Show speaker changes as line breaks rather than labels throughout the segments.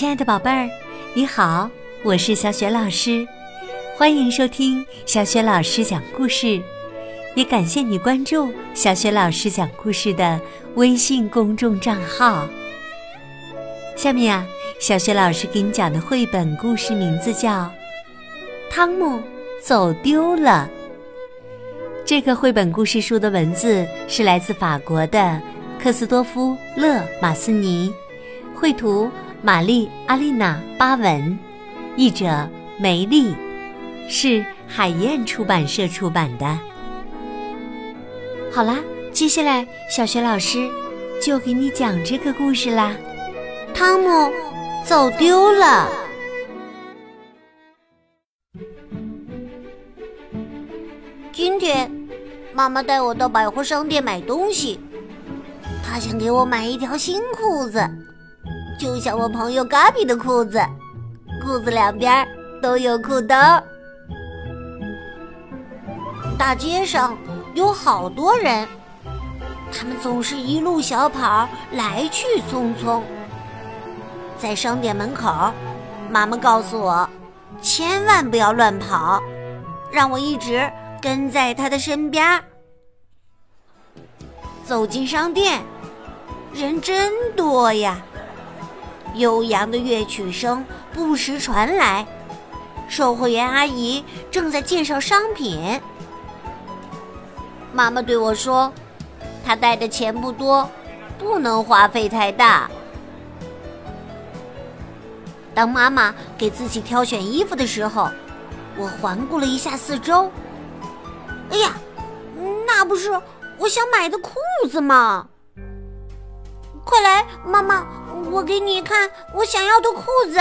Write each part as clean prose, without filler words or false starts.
亲爱的宝贝儿，你好，我是小雪老师，欢迎收听小雪老师讲故事，也感谢你关注小雪老师讲故事的微信公众账号。下面啊，小雪老师给你讲的绘本故事名字叫《汤姆走丢了》。这个绘本故事书的文字是来自法国的克斯多夫·勒马斯尼，绘图玛丽·阿丽娜·巴文，译者梅丽，是海燕出版社出版的。好啦，接下来小雪老师就给你讲这个故事啦。汤姆走丢了。
今天妈妈带我到百货商店买东西，她想给我买一条新裤子，就像我朋友嘎比的裤子，裤子两边都有裤兜。大街上有好多人，他们总是一路小跑，来去匆匆。在商店门口，妈妈告诉我千万不要乱跑，让我一直跟在她的身边。走进商店，人真多呀，悠扬的乐曲声不时传来，售货员阿姨正在介绍商品。妈妈对我说，她带的钱不多，不能花费太大。当妈妈给自己挑选衣服的时候，我环顾了一下四周。哎呀，那不是我想买的裤子吗？快来，妈妈，我给你看我想要的裤子。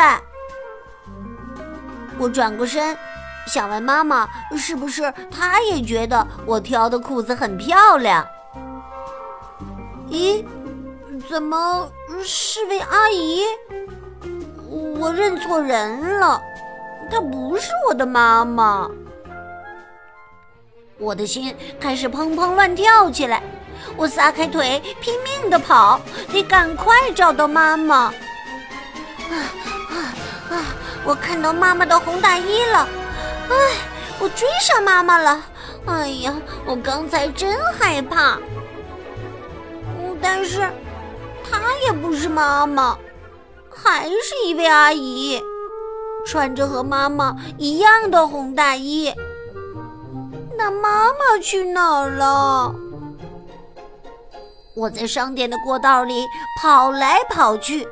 我转过身，想问妈妈是不是她也觉得我挑的裤子很漂亮。咦，怎么是位阿姨？我认错人了，她不是我的妈妈。我的心开始砰砰乱跳起来，我撒开腿拼命地跑，得赶快找到妈妈。我看到妈妈的红大衣了，我追上妈妈了。哎呀，我刚才真害怕。但是她也不是妈妈，还是一位阿姨，穿着和妈妈一样的红大衣。那妈妈去哪儿了？我在商店的过道里跑来跑去，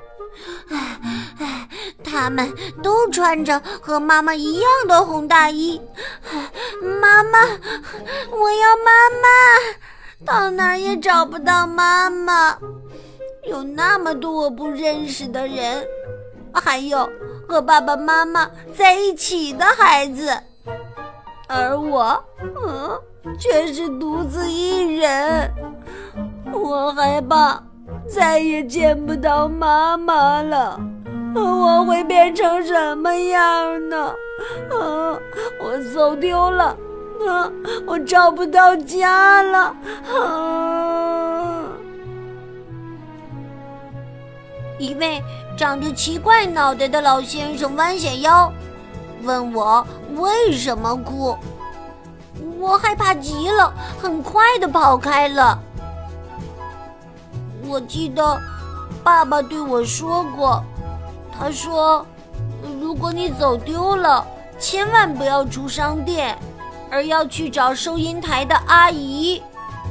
他们都穿着和妈妈一样的红大衣。妈妈，我要妈妈，到哪儿也找不到妈妈。有那么多我不认识的人，还有和爸爸妈妈在一起的孩子，而我却是独自一人。我害怕再也见不到妈妈了，我会变成什么样呢？我走丢了，我找不到家了。一位长着奇怪脑袋的老先生弯下腰，问我为什么哭。我害怕极了，很快地跑开了。我记得爸爸对我说过，他说如果你走丢了，千万不要出商店，而要去找收银台的阿姨。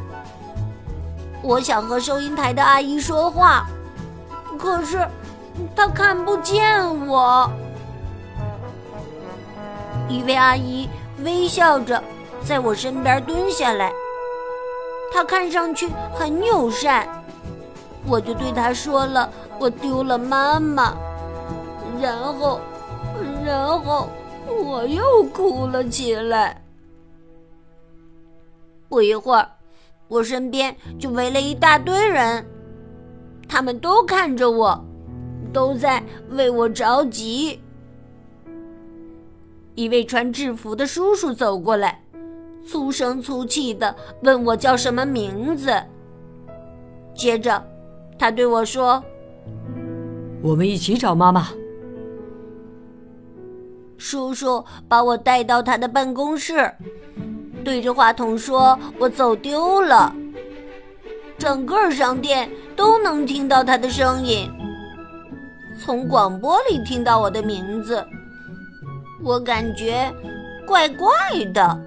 我想和收银台的阿姨说话，可是她看不见我。一位阿姨微笑着在我身边蹲下来，她看上去很友善。我就对她说了我丢了妈妈，然后我又哭了起来。不一会儿，我身边就围了一大堆人，他们都看着我，都在为我着急。一位穿制服的叔叔走过来，粗声粗气地问我叫什么名字。接着他对我说，
我们一起找妈妈，
叔叔把我带到他的办公室，对着话筒说我走丢了。整个商店都能听到他的声音，从广播里听到我的名字，我感觉怪怪的。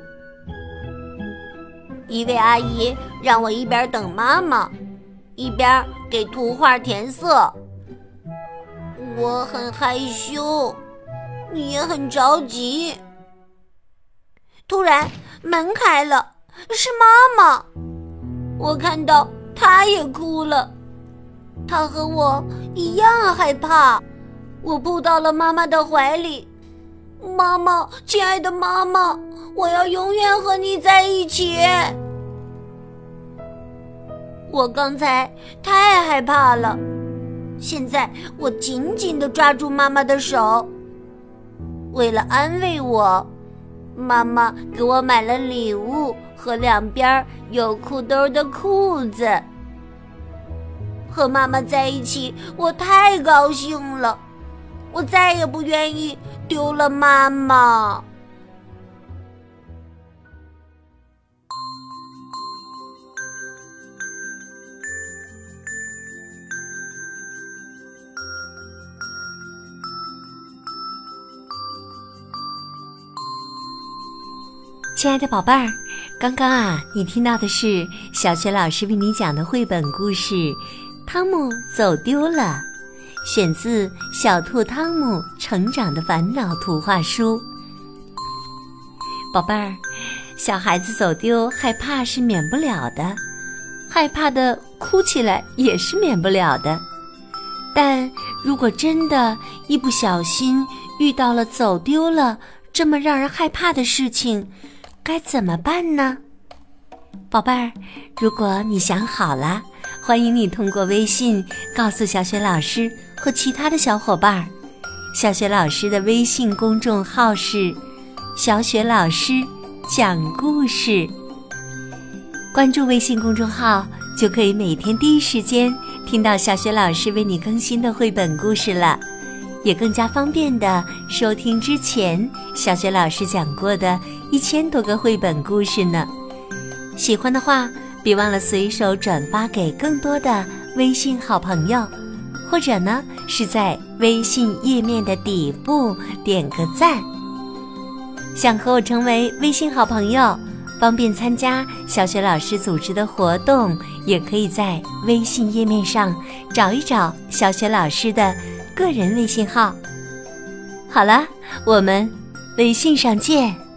一位阿姨让我一边等妈妈，一边给图画填色。我很害羞，也很着急。突然门开了，是妈妈。我看到她也哭了，她和我一样害怕。我扑到了妈妈的怀里。妈妈，亲爱的妈妈，我要永远和你在一起。我刚才太害怕了，现在我紧紧地抓住妈妈的手。为了安慰我，妈妈给我买了礼物和两边有裤兜的裤子。和妈妈在一起，我太高兴了，我再也不愿意丢了妈妈。
亲爱的宝贝儿，刚刚你听到的是小雪老师为你讲的绘本故事《汤姆走丢了》，选自《小兔汤姆成长的烦恼》图画书。宝贝儿，小孩子走丢害怕是免不了的，害怕的哭起来也是免不了的。但如果真的一不小心遇到了走丢了这么让人害怕的事情，该怎么办呢？宝贝儿，如果你想好了，欢迎你通过微信告诉小雪老师和其他的小伙伴。小雪老师的微信公众号是小雪老师讲故事，关注微信公众号就可以每天第一时间听到小雪老师为你更新的绘本故事了，也更加方便的收听之前小雪老师讲过的1000多个绘本故事呢。喜欢的话，别忘了随手转发给更多的微信好朋友，或者呢是在微信页面的底部点个赞。想和我成为微信好朋友，方便参加小雪老师组织的活动，也可以在微信页面上找一找小雪老师的个人微信号。好了，我们微信上见。